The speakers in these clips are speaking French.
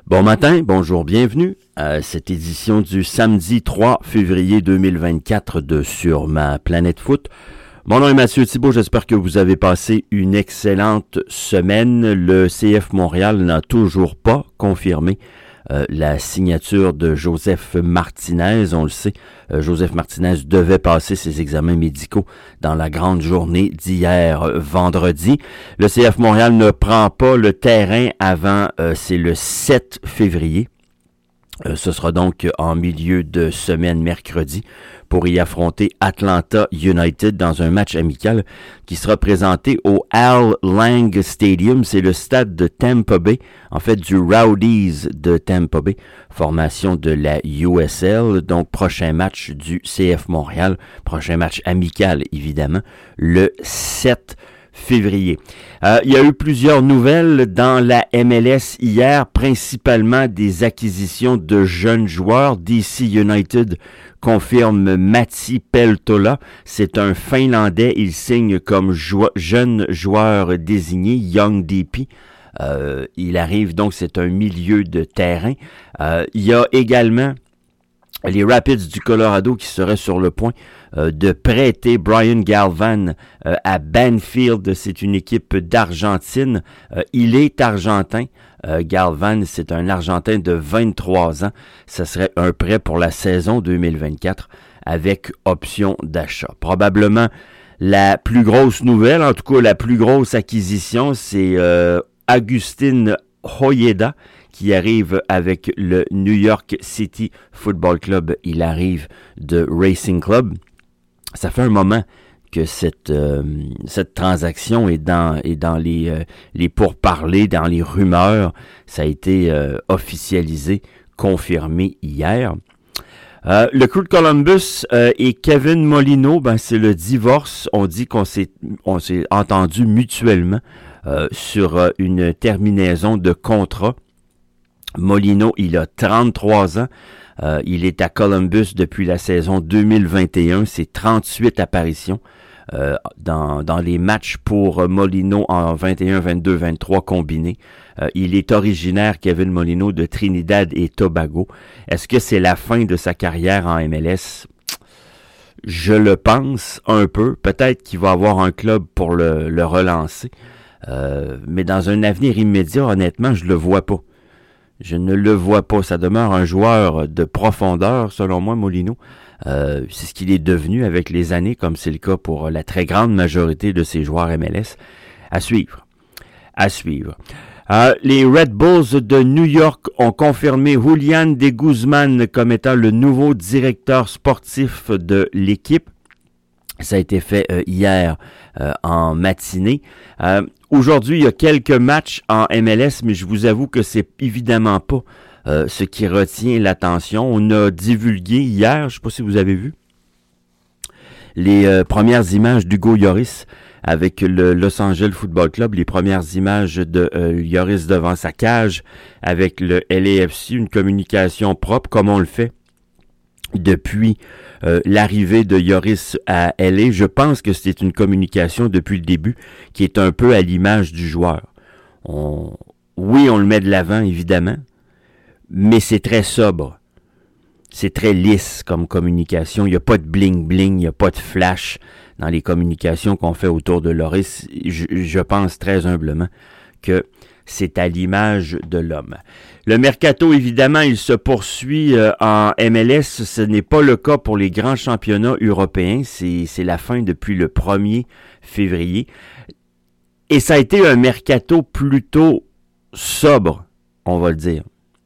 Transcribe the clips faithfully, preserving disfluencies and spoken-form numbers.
Bon matin, bonjour, bienvenue à cette édition du samedi trois février deux mille vingt-quatre de Sur ma planète foot. Mon nom est Mathieu Thibault, j'espère que vous avez passé une excellente semaine. Le C F Montréal n'a toujours pas confirmé euh, la signature de Joseph Martinez. On le sait, euh, Joseph Martinez devait passer ses examens médicaux dans la grande journée d'hier euh, vendredi. Le C F Montréal ne prend pas le terrain avant, euh, c'est le sept février. Euh, ce sera donc en milieu de semaine mercredi pour y affronter Atlanta United dans un match amical qui sera présenté au Al Lang Stadium. C'est le stade de Tampa Bay, en fait du Rowdies de Tampa Bay, formation de la U S L. Donc prochain match du C F Montréal, prochain match amical évidemment, le sept février. Euh, il y a eu plusieurs nouvelles dans la M L S hier, principalement des acquisitions de jeunes joueurs. D C United confirme Matti Peltola. C'est un Finlandais. Il signe comme jo- jeune joueur désigné, Young D P. Euh, il arrive donc, c'est un milieu de terrain. Euh, il y a également les Rapids du Colorado qui seraient sur le point euh, de prêter Brian Galvan euh, à Banfield. C'est une équipe d'Argentine. Euh, il est argentin. Euh, Galvan, c'est un Argentin de vingt-trois ans. Ce serait un prêt pour la saison deux mille vingt-quatre avec option d'achat. Probablement la plus grosse nouvelle, en tout cas la plus grosse acquisition, c'est euh, Agustin Ojeda, qui arrive avec le New York City Football Club. Il arrive de Racing Club. Ça fait un moment que cette euh, cette transaction est dans est dans les euh, les pourparlers, dans les rumeurs. Ça a été euh, officialisé, confirmé hier. Euh, le Crew de Columbus euh, et Kevin Molino, ben c'est le divorce. On dit qu'on s'est on s'est entendu mutuellement euh, sur euh, une terminaison de contrat. Molino, il a trente-trois ans. Euh, il est à Columbus depuis la saison deux mille vingt et un. C'est trente-huit apparitions euh, dans, dans les matchs pour Molino en vingt et un, vingt-deux, vingt-trois combinés. Euh, il est originaire, Kevin Molino, de Trinidad et Tobago. Est-ce que c'est la fin de sa carrière en M L S? Je le pense un peu. Peut-être qu'il va avoir un club pour le, le relancer. Euh, mais dans un avenir immédiat, honnêtement, je le vois pas. Je ne le vois pas. Ça demeure un joueur de profondeur, selon moi, Molino. Euh, c'est ce qu'il est devenu avec les années, comme c'est le cas pour la très grande majorité de ses joueurs M L S. À suivre. À suivre. Euh, les Red Bulls de New York ont confirmé Julian de Guzman comme étant le nouveau directeur sportif de l'équipe. Ça a été fait euh, hier euh, en matinée. Euh, aujourd'hui, il y a quelques matchs en M L S, mais je vous avoue que c'est évidemment pas euh, ce qui retient l'attention. On a divulgué hier, je ne sais pas si vous avez vu, les euh, premières images d'Hugo Lloris avec le Los Angeles Football Club, les premières images de euh, Lloris devant sa cage avec le L A F C, une communication propre comme on le fait depuis euh, l'arrivée de Lloris à L A. Je pense que c'est une communication depuis le début qui est un peu à l'image du joueur. On, oui, on le met de l'avant, évidemment, mais c'est très sobre. C'est très lisse comme communication. Il n'y a pas de bling-bling, il n'y a pas de flash dans les communications qu'on fait autour de Lloris. Je, je pense très humblement que c'est à l'image de l'homme. Le mercato, évidemment, il se poursuit euh, en M L S. Ce n'est pas le cas pour les grands championnats européens. C'est, c'est la fin depuis le premier février. Et ça a été un mercato plutôt sobre, on va le dire.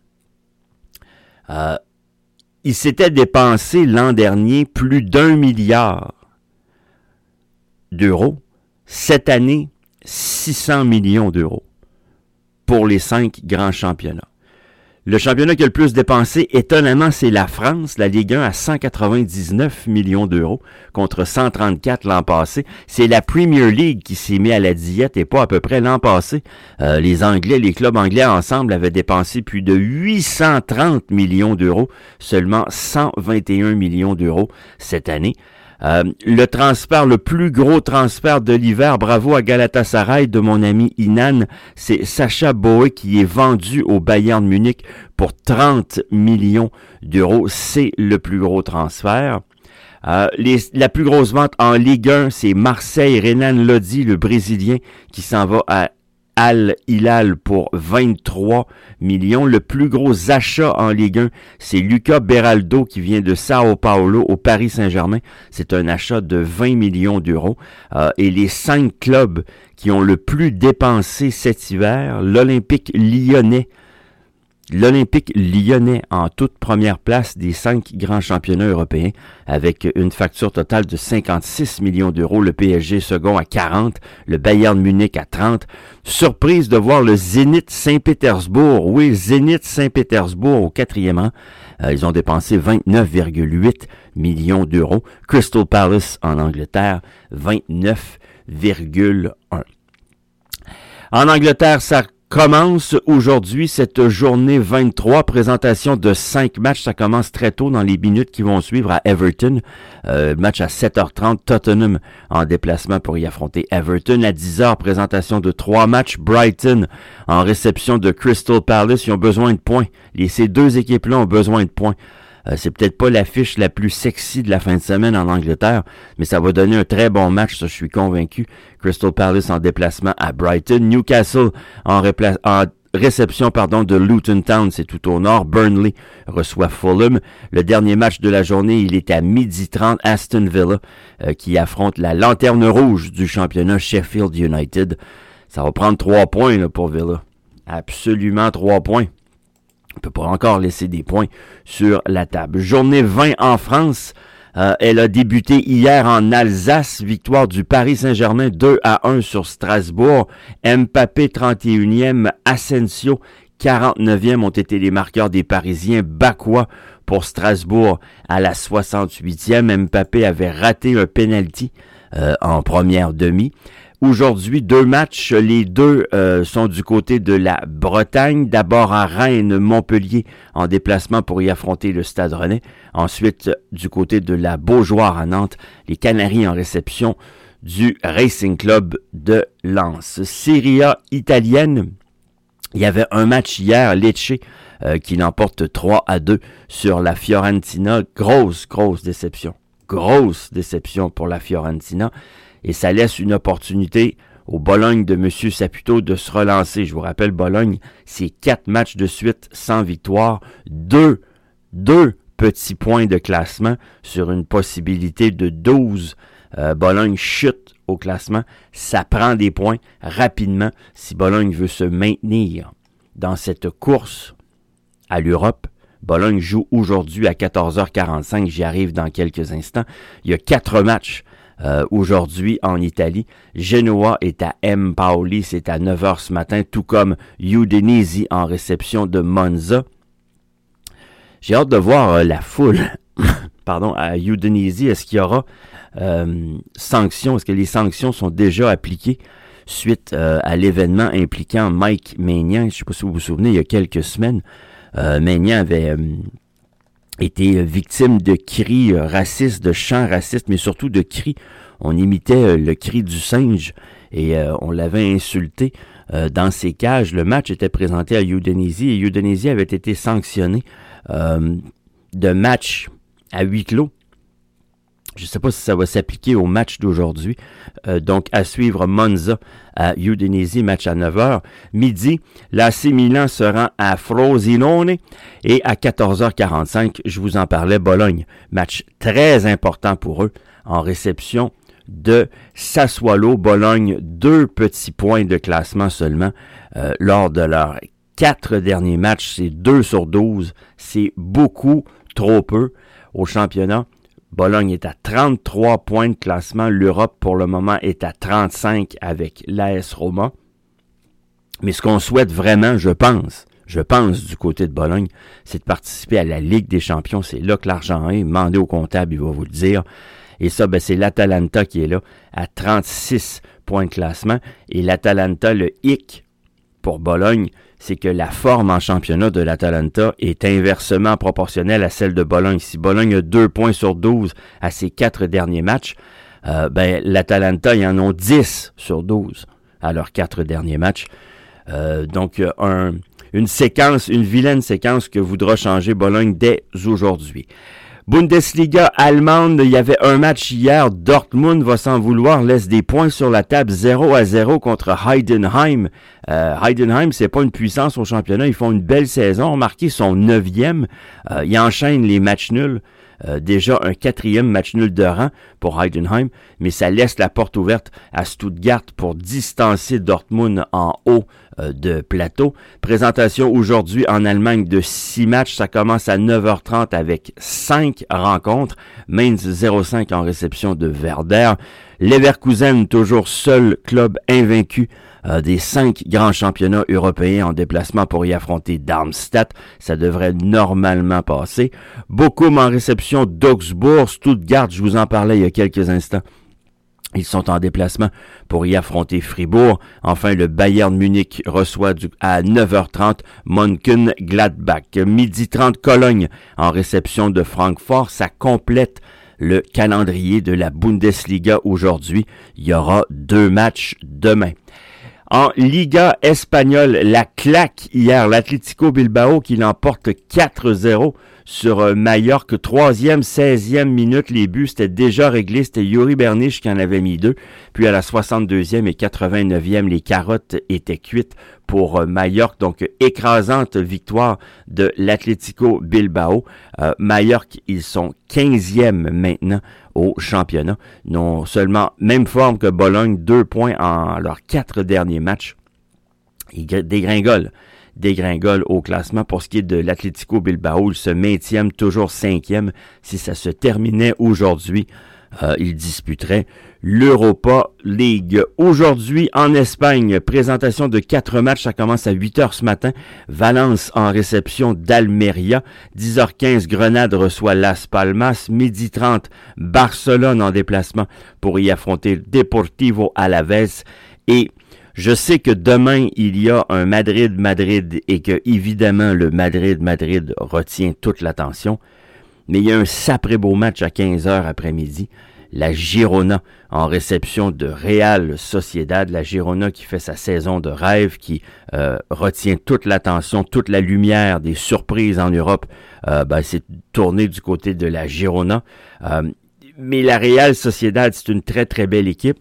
Euh, il s'était dépensé l'an dernier plus d'un milliard d'euros. Cette année, six cents millions d'euros. Pour les cinq grands championnats. Le championnat qui a le plus dépensé, étonnamment, c'est la France, la Ligue un à cent quatre-vingt-dix-neuf millions d'euros contre cent trente-quatre l'an passé. C'est la Premier League qui s'est mis à la diète et pas à peu près l'an passé. Euh, les Anglais, les clubs anglais ensemble avaient dépensé plus de huit cent trente millions d'euros, seulement cent vingt et un millions d'euros cette année. Euh, le transfert, le plus gros transfert de l'hiver, bravo à Galatasaray de mon ami Inan, c'est Sacha Boey qui est vendu au Bayern Munich pour trente millions d'euros. C'est le plus gros transfert. Euh, les, la plus grosse vente en Ligue un, c'est Marseille, Renan Lodi, le Brésilien, qui s'en va à Al Hilal pour vingt-trois millions. Le plus gros achat en Ligue un, c'est Lucas Beraldo qui vient de Sao Paulo au Paris Saint-Germain. C'est un achat de vingt millions d'euros. Euh, et les cinq clubs qui ont le plus dépensé cet hiver, l'Olympique lyonnais, L'Olympique lyonnais en toute première place des cinq grands championnats européens avec une facture totale de cinquante-six millions d'euros. Le P S G second à quarante, le Bayern Munich à trente. Surprise de voir le Zénith Saint-Pétersbourg. Oui, Zénith Saint-Pétersbourg au quatrième rang. Euh, ils ont dépensé vingt-neuf virgule huit millions d'euros. Crystal Palace en Angleterre, vingt-neuf virgule un. En Angleterre, ça commence aujourd'hui cette journée vingt-trois, présentation de cinq matchs. Ça commence très tôt dans les minutes qui vont suivre à Everton. Euh, match à sept heures trente, Tottenham en déplacement pour y affronter Everton. À dix heures, présentation de trois matchs. Brighton en réception de Crystal Palace. Ils ont besoin de points. Les, ces deux équipes-là ont besoin de points. Euh, c'est peut-être pas l'affiche la plus sexy de la fin de semaine en Angleterre, mais ça va donner un très bon match, ça je suis convaincu. Crystal Palace en déplacement à Brighton. Newcastle en, répla- en réception pardon, de Luton Town, c'est tout au nord. Burnley reçoit Fulham. Le dernier match de la journée, il est à midi trente. Aston Villa euh, qui affronte la lanterne rouge du championnat Sheffield United. Ça va prendre trois points là, pour Villa. Absolument trois points. On ne peut pas encore laisser des points sur la table. Journée vingt en France. Euh, elle a débuté hier en Alsace. Victoire du Paris Saint-Germain deux à un sur Strasbourg. Mbappé trente et unième. Asensio quarante-neuvième ont été les marqueurs des Parisiens. Bakoua pour Strasbourg à la soixante-huitième. Mbappé avait raté un penalty euh, en première demi. Aujourd'hui, deux matchs. Les deux euh, sont du côté de la Bretagne. D'abord à Rennes, Montpellier en déplacement pour y affronter le Stade Rennais. Ensuite, du côté de la Beaujoire à Nantes, les Canaries en réception du Racing Club de Lens. Serie A italienne. Il y avait un match hier, Lecce, euh, qui l'emporte trois à deux sur la Fiorentina. Grosse, grosse déception. Grosse déception pour la Fiorentina. Et ça laisse une opportunité au Bologne de M. Saputo de se relancer. Je vous rappelle, Bologne, c'est quatre matchs de suite sans victoire, deux, deux petits points de classement sur une possibilité de douze. Euh, Bologne chute au classement. Ça prend des points rapidement si Bologne veut se maintenir dans cette course à l'Europe. Bologne joue aujourd'hui à quatorze heures quarante-cinq. J'y arrive dans quelques instants. Il y a quatre matchs Euh, aujourd'hui en Italie. Genoa est à Empoli, c'est à neuf heures ce matin, tout comme Udinese en réception de Monza. J'ai hâte de voir euh, la foule pardon, à Udinese. Est-ce qu'il y aura euh, sanctions? Est-ce que les sanctions sont déjà appliquées suite euh, à l'événement impliquant Mike Maignan? Je ne sais pas si vous vous souvenez, il y a quelques semaines, euh, Maignan avait... Euh, été victime de cris racistes, de chants racistes, mais surtout de cris. On imitait le cri du singe et euh, on l'avait insulté euh, dans ses cages. Le match était présenté à Udinese et Udinese avait été sanctionné euh, de match à huis clos. Je ne sais pas si ça va s'appliquer au match d'aujourd'hui. Euh, donc, à suivre Monza à Udinese, match à neuf heures. Midi, l'A C Milan se rend à Frosinone. Et à quatorze heures quarante-cinq, je vous en parlais, Bologne. Match très important pour eux en réception de Sassuolo. Bologne, deux petits points de classement seulement euh, lors de leurs quatre derniers matchs. C'est deux sur douze. C'est beaucoup trop peu au championnat. Bologne est à trente-trois points de classement. L'Europe, pour le moment, est à trente-cinq avec l'A S Roma. Mais ce qu'on souhaite vraiment, je pense, je pense du côté de Bologne, c'est de participer à la Ligue des champions. C'est là que l'argent est. Demandez au comptable, il va vous le dire. Et ça, ben, c'est l'Atalanta qui est là, à trente-six points de classement. Et l'Atalanta, le hic pour Bologne, c'est que la forme en championnat de l'Atalanta est inversement proportionnelle à celle de Bologne. Si Bologne a deux points sur douze à ses quatre derniers matchs, euh, ben l'Atalanta, ils en ont dix sur douze à leurs quatre derniers matchs. Euh, donc, un, une séquence, une vilaine séquence que voudra changer Bologne dès aujourd'hui. Bundesliga allemande, il y avait un match hier, Dortmund va s'en vouloir, laisse des points sur la table, zéro à zéro contre Heidenheim. Euh, Heidenheim, c'est pas une puissance au championnat, ils font une belle saison, ont marqué son neuvième, euh, ils enchaînent les matchs nuls. Euh, déjà un quatrième match nul de rang pour Heidenheim, mais ça laisse la porte ouverte à Stuttgart pour distancer Dortmund en haut euh, de plateau. Présentation aujourd'hui en Allemagne de six matchs, ça commence à neuf heures trente avec cinq rencontres. Mainz zéro cinq en réception de Werder. Leverkusen, toujours seul club invaincu Euh, des cinq grands championnats européens en déplacement pour y affronter Darmstadt. Ça devrait normalement passer. Bochum en réception d'Augsbourg. Stuttgart, je vous en parlais il y a quelques instants. Ils sont en déplacement pour y affronter Fribourg. Enfin, le Bayern Munich reçoit du, à neuf heures trente Mönchengladbach. Midi trente, Cologne en réception de Francfort. Ça complète le calendrier de la Bundesliga aujourd'hui. Il y aura deux matchs demain. En Liga espagnole, la claque hier, l'Atlético Bilbao qui l'emporte quatre zéro sur Mallorca, troisième, seizième minute, les buts, c'était déjà réglé, c'était Yuri Bernic qui en avait mis deux, puis à la soixante-deuxième et quatre-vingt-neuvième, les carottes étaient cuites pour Mallorca, donc écrasante victoire de l'Atlético Bilbao. Euh, Mallorca, ils sont quinzième maintenant au championnat. Non seulement même forme que Bologne, deux points en leurs quatre derniers matchs. Ils dégringolent, dégringolent au classement. Pour ce qui est de l'Atlético Bilbao, ils se maintiennent toujours cinquième. Si ça se terminait aujourd'hui, euh, ils disputeraient l'Europa League. Aujourd'hui, en Espagne, présentation de quatre matchs. Ça commence à huit heures ce matin. Valence en réception d'Almeria. dix heures quinze, Grenade reçoit Las Palmas. Midi trente, Barcelone en déplacement pour y affronter Deportivo Alavés. Et je sais que demain, il y a un Madrid-Madrid et que, évidemment, le Madrid-Madrid retient toute l'attention. Mais il y a un sacré beau match à quinze heures après-midi. La Girona en réception de Real Sociedad. La Girona qui fait sa saison de rêve, qui euh, retient toute l'attention, toute la lumière des surprises en Europe. Euh, ben, c'est tourné du côté de la Girona. Euh, mais la Real Sociedad, c'est une très très belle équipe.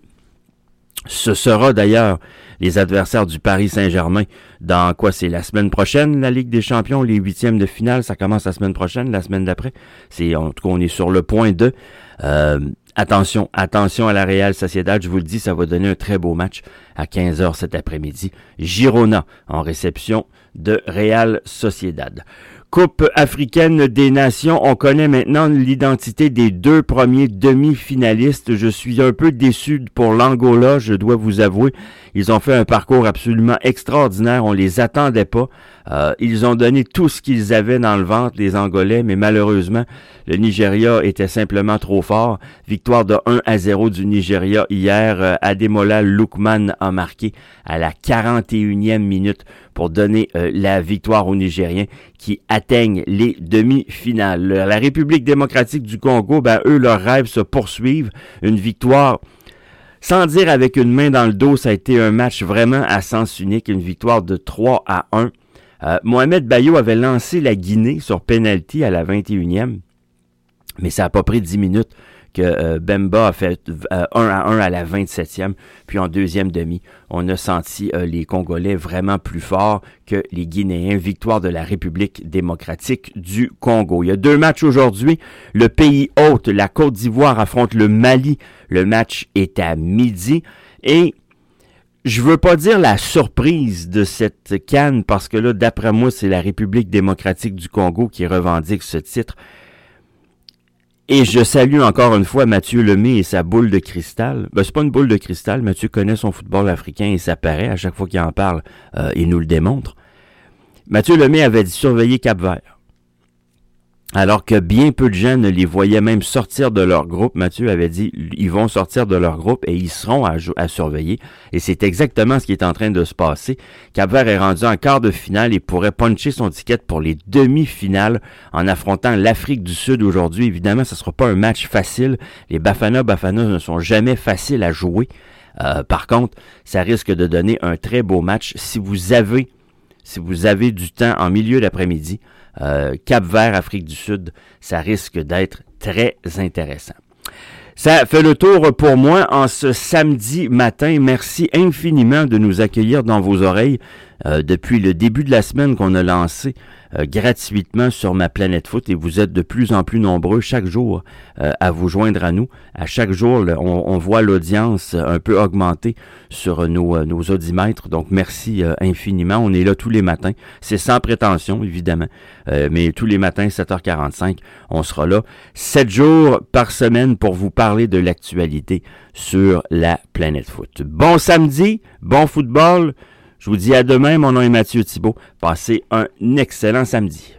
Ce sera d'ailleurs les adversaires du Paris Saint-Germain dans quoi? C'est la semaine prochaine, la Ligue des Champions, les huitièmes de finale, ça commence la semaine prochaine, la semaine d'après. C'est, en tout cas, on est sur le point de... Euh, attention, attention à la Real Sociedad, je vous le dis, ça va donner un très beau match à quinze heures cet après-midi. Girona en réception de Real Sociedad. Coupe africaine des nations, on connaît maintenant l'identité des deux premiers demi-finalistes. Je suis un peu déçu pour l'Angola, je dois vous avouer. Ils ont fait un parcours absolument extraordinaire, on les attendait pas. Euh, ils ont donné tout ce qu'ils avaient dans le ventre, les Angolais, mais malheureusement, le Nigeria était simplement trop fort. Victoire de un à zéro du Nigeria hier. Euh, Ademola Lookman a marqué à la quarante et unième minute pour donner euh, la victoire aux Nigériens qui atteignent les demi-finales. La République démocratique du Congo, ben eux, leurs rêves se poursuivent. Une victoire... Sans dire avec une main dans le dos, ça a été un match vraiment à sens unique, une victoire de trois à un. Euh, Mohamed Bayo avait lancé la Guinée sur penalty à la vingt et unième, mais ça n'a pas pris dix minutes que euh, Bemba a fait euh, un à un à la vingt-septième. Puis en deuxième demi, on a senti euh, les Congolais vraiment plus forts que les Guinéens. Victoire de la République démocratique du Congo. Il y a deux matchs aujourd'hui. Le pays hôte, la Côte d'Ivoire, affronte le Mali. Le match est à midi. Et je veux pas dire la surprise de cette CAN, parce que là, d'après moi, c'est la République démocratique du Congo qui revendique ce titre. Et je salue encore une fois Mathieu Lemay et sa boule de cristal. Ben, c'est pas une boule de cristal. Mathieu connaît son football africain et ça paraît. À chaque fois qu'il en parle, euh, il nous le démontre. Mathieu Lemay avait dit surveiller Cap-Vert. alors que bien peu de gens ne les voyaient même sortir de leur groupe. Mathieu avait dit, ils vont sortir de leur groupe et ils seront à, à surveiller. Et c'est exactement ce qui est en train de se passer. Cap-Vert est rendu en quart de finale et pourrait puncher son ticket pour les demi-finales en affrontant l'Afrique du Sud aujourd'hui. Évidemment, ce ne sera pas un match facile. Les Bafana Bafana ne sont jamais faciles à jouer. Euh, par contre, ça risque de donner un très beau match si vous avez, si vous avez du temps en milieu d'après-midi. Euh, Cap-Vert, Afrique du Sud, ça risque d'être très intéressant. Ça fait le tour pour moi en ce samedi matin. Merci infiniment de nous accueillir dans vos oreilles euh, depuis le début de la semaine qu'on a lancé euh, gratuitement sur ma planète foot et vous êtes de plus en plus nombreux chaque jour euh, à vous joindre à nous. À chaque jour, le, on, on voit l'audience un peu augmenter sur nos, euh, nos audimètres. Donc, merci euh, infiniment. On est là tous les matins. C'est sans prétention, évidemment. Euh, mais tous les matins, sept heures quarante-cinq, on sera là. Sept jours par semaine pour vous parler de l'actualité sur la planète foot. Bon samedi, bon football. Je vous dis à demain. Mon nom est Mathieu Thibault. Passez un excellent samedi.